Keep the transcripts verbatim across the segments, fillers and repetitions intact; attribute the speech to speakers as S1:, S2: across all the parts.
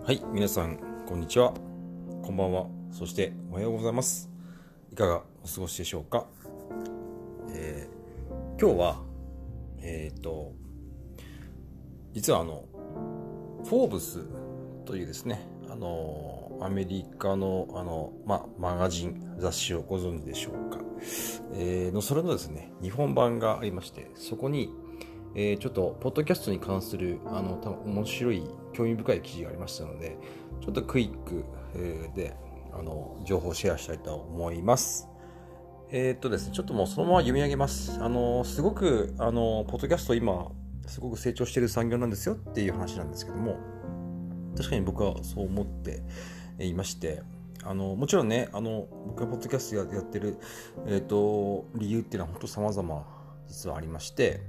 S1: はい、皆さん、こんにちは。こんばんは。そして、おはようございます。いかがお過ごしでしょうか。えー、今日は、えっ、と、実はあの、フォーブスというですね、あの、アメリカの、あの、ま、マガジン、雑誌をご存知でしょうか。えー、の、それのですね、日本版がありまして、そこに、えー、ちょっと、ポッドキャストに関する、あの、た面白い、興味深い記事がありましたので、ちょっとクイック、えー、で、あの、情報をシェアしたいと思います。えー、っとですね、ちょっともうそのまま読み上げます。あの、すごく、あの、ポッドキャスト今、すごく成長している産業なんですよっていう話なんですけども、確かに僕はそう思っていまして、あの、もちろんね、あの、僕がポッドキャストやってる、えー、っと、理由っていうのは本当様々実はありまして、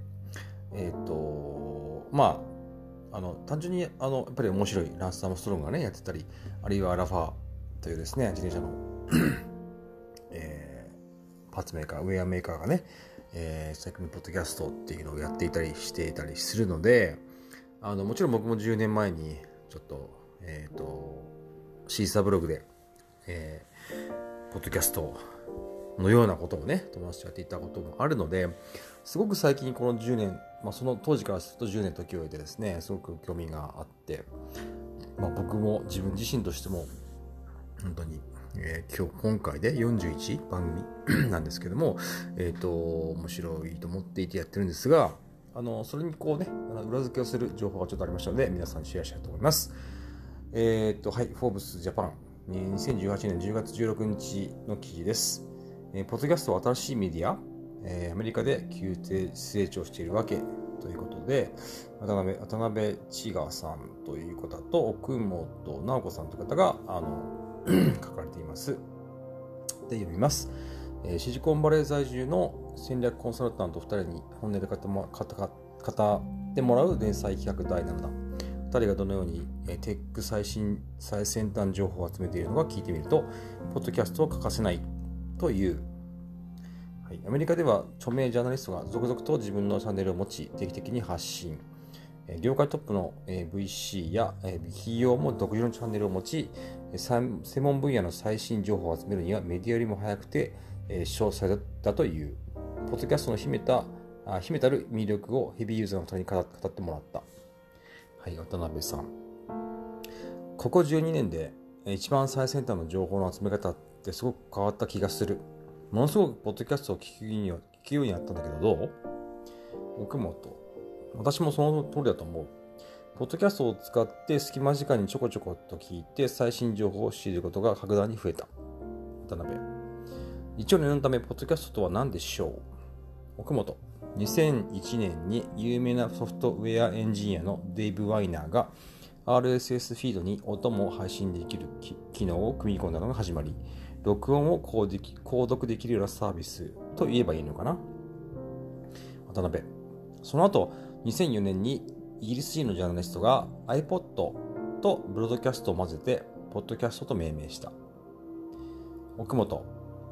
S1: えっ、とまああの単純にあのやっぱり面白いランス・アームストロングがねやってたり、あるいはアラファというですね自転車の、えー、パーツメーカーウェアメーカーがね、えー、最近ポッドキャストっていうのをやっていたりしていたりするので、あのもちろん僕もじゅうねんまえにちょっとえっ、とシーサーブログで、えー、ポッドキャストのようなことをね友達とやっていたこともあるので、すごく最近このじゅうねん、まあ、その当時からするとじゅうねん時を経てですねすごく興味があって、まあ、僕も自分自身としても本当に、えー、今日今回でよんじゅういちばん組なんですけども、えっ、ー、と面白いと思っていてやってるんですが、あのそれにこうね裏付けをする情報がちょっとありましたので皆さんにシェアしたいと思います。えっ、ー、とはいフォーブスジャパンにせんじゅうはちねんじゅうがつじゅうろくにちの記事です。えー、ポッドキャストは新しいメディア、えー、アメリカで急成長しているわけということで、渡辺渡辺千賀さんという方と奥本直子さんという方があの書かれています。で読みます、えー。シリコンバレー在住の戦略コンサルタントふたりに本音で語ってもらう連載企画だいななだん。ふたりがどのようにテック最新最先端情報を集めているのか聞いてみると、ポッドキャストは欠かせないという、はい、アメリカでは著名ジャーナリストが続々と自分のチャンネルを持ち定期的に発信、業界トップの ブイシー や企業も独自のチャンネルを持ち、専門分野の最新情報を集めるにはメディアよりも早くて詳細だという。ポッドキャストの秘めた秘めたる魅力をヘビーユーザーの方に語ってもらった。はい、渡辺さん。ここじゅうにねんで一番最先端の情報の集め方ってすごく変わった気がする。ものすごくポッドキャストを聞くようになったんだけど、どう？奥本。私もその通りだと思う。ポッドキャストを使って隙間時間にちょこちょこっと聞いて最新情報を知ることが格段に増えた。渡辺。一応念のため、ポッドキャストとは何でしょう？奥本。にせんいちねんに有名なソフトウェアエンジニアのデイブ・ワイナーが アールエスエス フィードに音も配信できる機能を組み込んだのが始まり、録音を購読できるようなサービスと言えばいいのかな。渡辺。その後、にせんよねんにイギリス人のジャーナリストが iPod とブロードキャストを混ぜて、ポッドキャストと命名した。奥本。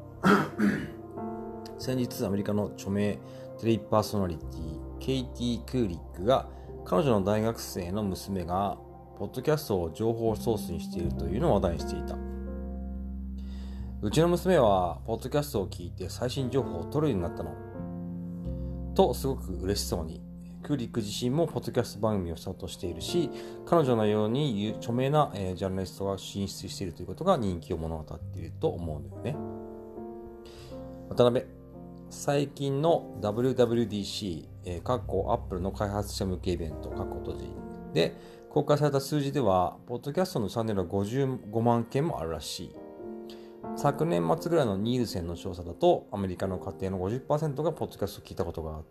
S1: 先日、アメリカの著名テレビパーソナリティ、ケイティ・クーリックが、彼女の大学生の娘が、ポッドキャストを情報ソースにしているというのを話題にしていた。うちの娘は、ポッドキャストを聞いて最新情報を取るようになったの。と、すごく嬉しそうに。クーリック自身もポッドキャスト番組をスタートしているし、彼女のように著名な、えー、ジャーナリストが進出しているということが人気を物語っていると思うんだよね。渡辺。最近の ダブリューダブリューディーシー、えー、かっこアップルの開発者向けイベント、かっこ閉じで公開された数字では、ポッドキャストのチャンネルはごじゅうごまんけんもあるらしい。昨年末ぐらいのニールセンの調査だと、アメリカの家庭の ごじゅっパーセント がポッドキャストを聞いたことがあって、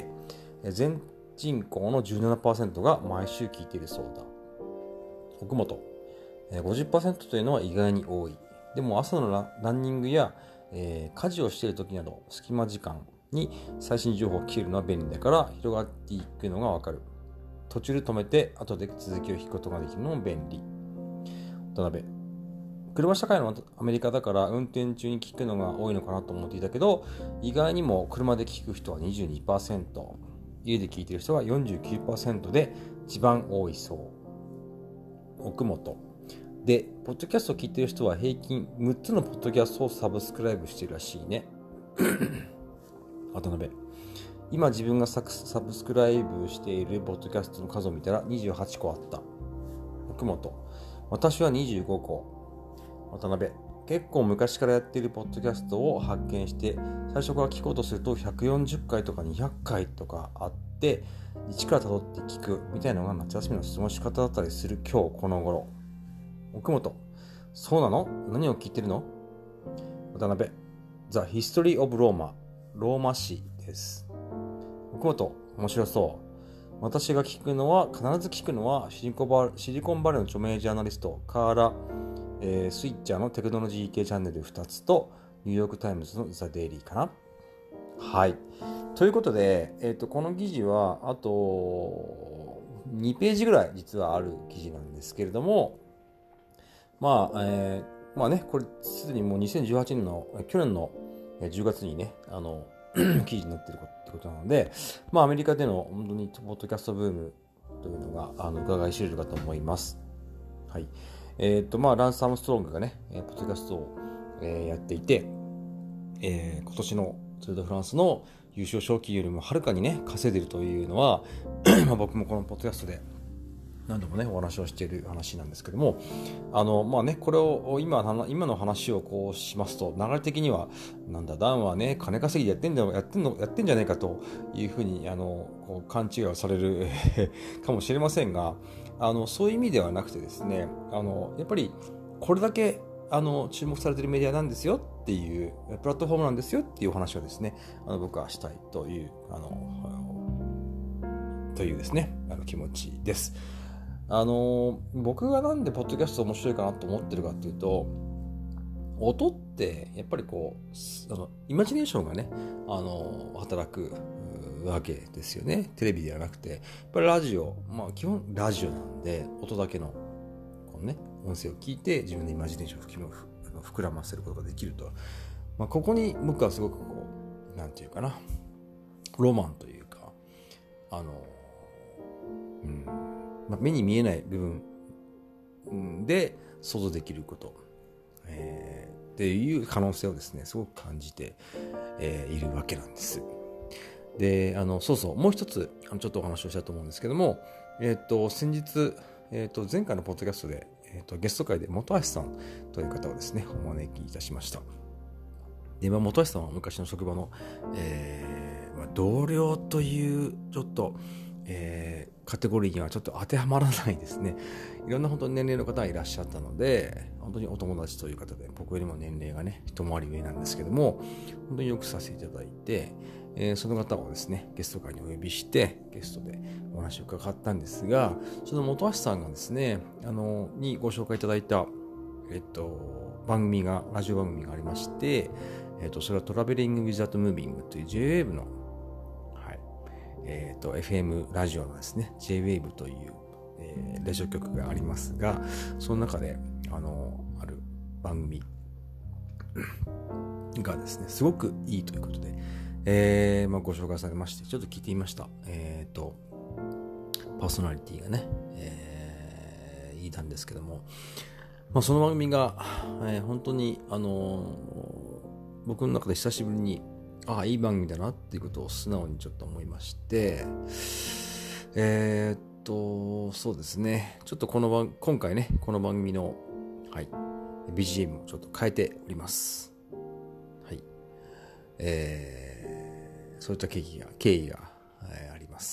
S1: 全人口の じゅうななパーセント が毎週聞いているそうだ。奥本。ごじゅっパーセント というのは意外に多い。でも朝の ラ, ランニングやえー、家事をしている時など隙間時間に最新情報を聞けるのは便利だから広がっていくのがわかる。途中で止めて後で続きを聞くことができるのも便利。渡辺。車社会のアメリカだから運転中に聞くのが多いのかなと思っていたけど、意外にも車で聞く人は にじゅうにパーセント、家で聞いている人は よんじゅうきゅうパーセント で一番多いそう。奥本。 で、ポッドキャストを聞いている人は平均むっつのポッドキャストをサブスクライブしているらしいね。渡辺。今自分がサブスクライブしているポッドキャストの数を見たらにじゅうはちこあった。奥本。私はにじゅうごこ。渡辺。結構昔からやっているポッドキャストを発見して、最初から聞こうとするとひゃくよんじゅっかいとかにひゃっかいとかあって、一から辿って聞くみたいなのが夏休みの過ごし方だったりする今日この頃。奥本。そうなの？何を聞いてるの？渡辺。The History of Roma。ローマ史です。奥本。面白そう。私が聞くのは、必ず聞くのはシリコバ、シリコンバレーの著名ジャーナリスト、カーラ・えー、スイッチャーのテクノロジー系チャンネルふたつと、ニューヨークタイムズのザ・デイリーかな。はい。ということで、えーと、この記事は、あとにページぐらい実はある記事なんですけれども、まあ、えー、まあね、これすでにもうにせんじゅうはちねんの、去年のじゅうがつにね、あの、記事になっているってことなので、まあアメリカでの本当にポッドキャストブームというのがあの伺い知れるかと思います。はい。えっ、ー、と、まあランス・アームストロングがね、ポッドキャストを、えー、やっていて、えー、今年のツール・ド・フランスの優勝賞金よりもはるかにね、稼いでいるというのは、まあ僕もこのポッドキャストで何度もねお話をしている話なんですけども、あのまあねこれを今今の話をこうしますと流れ的にはなんだダンはね金稼ぎでやってんだやってんのやってんじゃないかというふうにあのこう勘違いをされるかもしれませんが、あのそういう意味ではなくてですね、あのやっぱりこれだけあの注目されているメディアなんですよっていうプラットフォームなんですよっていうお話をですね、あの僕はしたいというあのというですねあの気持ちです。あの僕がなんでポッドキャスト面白いかなと思ってるかっていうと、音ってやっぱりこうあのイマジネーションがねあの働くわけですよね。テレビではなくてやっぱりラジオ、まあ基本ラジオなんで音だけのこのね音声を聞いて自分のイマジネーションを膨らませることができると、まあ、ここに僕はすごくこうなんていうかなロマンというかあのうんまあ、目に見えない部分で想像できること、えー、っていう可能性をですねすごく感じて、えー、いるわけなんです。で、あのそうそうもう一つあのちょっとお話をしたと思うんですけども、えっ、ー、と先日、えー、と前回のポッドキャストで、えー、とゲスト会で本橋さんという方をですねお招きいたしました。で、まあ、本橋さんは昔の職場の、えーまあ、同僚というちょっとえー、カテゴリーにはちょっと当てはまらないですね。いろんな本当に年齢の方がいらっしゃったので、本当にお友達という方で、僕よりも年齢がね、一回り上なんですけども、本当によくさせていただいて、えー、その方をですね、ゲスト会にお呼びして、ゲストでお話を伺ったんですが、その本橋さんがですね、あの、にご紹介いただいた、えっと、番組が、ラジオ番組がありまして、えっと、それはトラベリング・ウィザート・ムービングという ジェイウェーブ のえー、と エフエム ラジオのですね ジェイウェーブ という、えー、ラジオ局がありますが、その中であのある番組がですねすごくいいということで、えーまあ、ご紹介されましてちょっと聞いてみました。えー、とパーソナリティがね、えー、いたんですけども、まあ、その番組が、えー、本当にあのー、僕の中で久しぶりにああいい番組だなっていうことを素直にちょっと思いまして、えー、っとそうですねちょっとこの番今回ねこの番組の、はい、ビージーエム をちょっと変えております。はい、えー、そういった経緯が経緯が、えー、あります。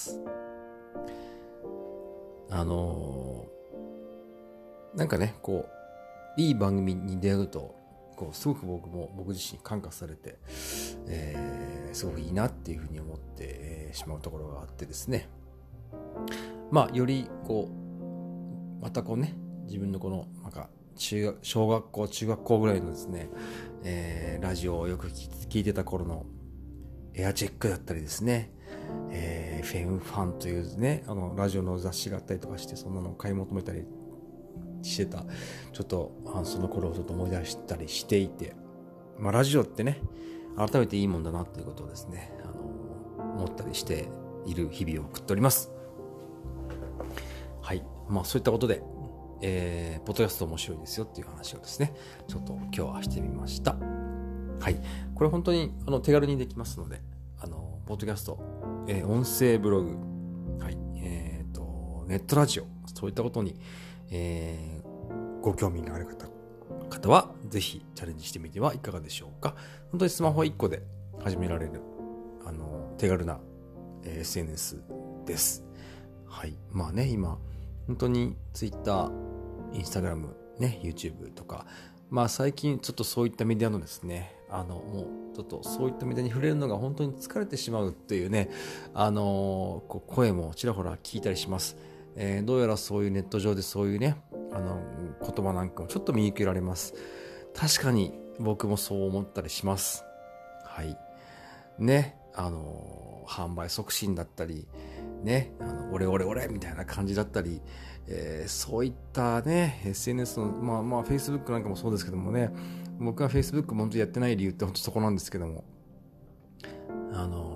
S1: あのー、なんかねこういい番組に出会うとこうすごく僕も僕自身感化されて、えー、すごくいいなっていうふうに思って、えー、しまうところがあってですね、まあよりこうまたこうね自分のこのなんか中学小学校中学校ぐらいのですね、えー、ラジオをよく聞いてた頃のエアチェックだったりですね、えー、エフエム ファンというねあのラジオの雑誌があったりとかして、そんなのを買い求めたりしてたちょっとその頃をちょっと思い出したりしていて、まあラジオってね改めていいもんだなっていうことをですねあの思ったりしている日々を送っております。はい、まあそういったことで、 えー、ポッドキャスト面白いですよっていう話をですね、ちょっと今日はしてみました。はい。これ本当にあの手軽にできますので、あの、ポッドキャスト、えー、音声ブログ、はい、えっと、ネットラジオ、そういったことに、えー、ご興味がある方、方は、ぜひチャレンジしてみてはいかがでしょうか。本当にスマホいっこで始められる、あの、手軽な、えー、エスエヌエス です。はい。まあね、今、本当に Twitter、Instagram、ね、YouTube とか、まあ最近ちょっとそういったメディアのですね、あの、もうちょっとそういったメディアに触れるのが本当に疲れてしまうっていうね、あの、こう声もちらほら聞いたりします。えー、どうやらそういうネット上でそういうね、あの、言葉なんかもちょっと見受けられます。確かに僕もそう思ったりします。はい。ね、あの、販売促進だったり、ね、あの、俺俺俺みたいな感じだったり、えー、そういったね、エスエヌエス の、まあまあ Facebook なんかもそうですけどもね、僕は Facebook も本当にやってない理由って本当そこなんですけども、あの、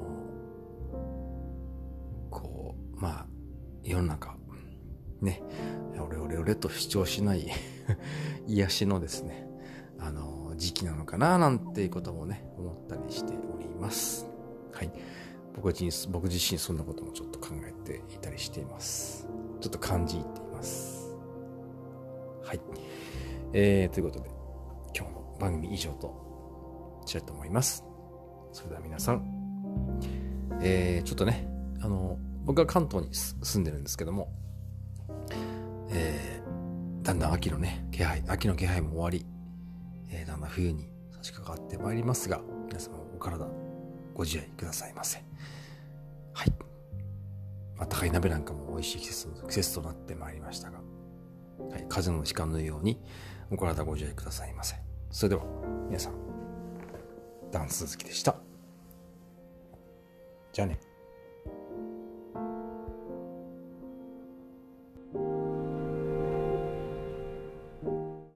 S1: こう、まあ、世の中、ね、俺俺俺と主張しない癒しのですね、あの、時期なのかななんていうこともね、思ったりしております。はい。僕自身、僕自身そんなこともちょっと考えていたりしています。ちょっと感じ入っています。はい。えー、ということで、今日の番組以上としたいと思います。それでは皆さん、えー、ちょっとね、あの、僕は関東に住んでるんですけども、えー、だんだん秋のね、気配、秋の気配も終わり、えー、だんだん冬に差し掛かってまいりますが、皆様お体ご自愛くださいませ。はい。まあ、高い鍋なんかも美味しい季節、季節となってまいりましたが、はい、風邪のひかぬようにお体ご自愛くださいませ。それでは皆さん、ダンス続きでした。じゃあね。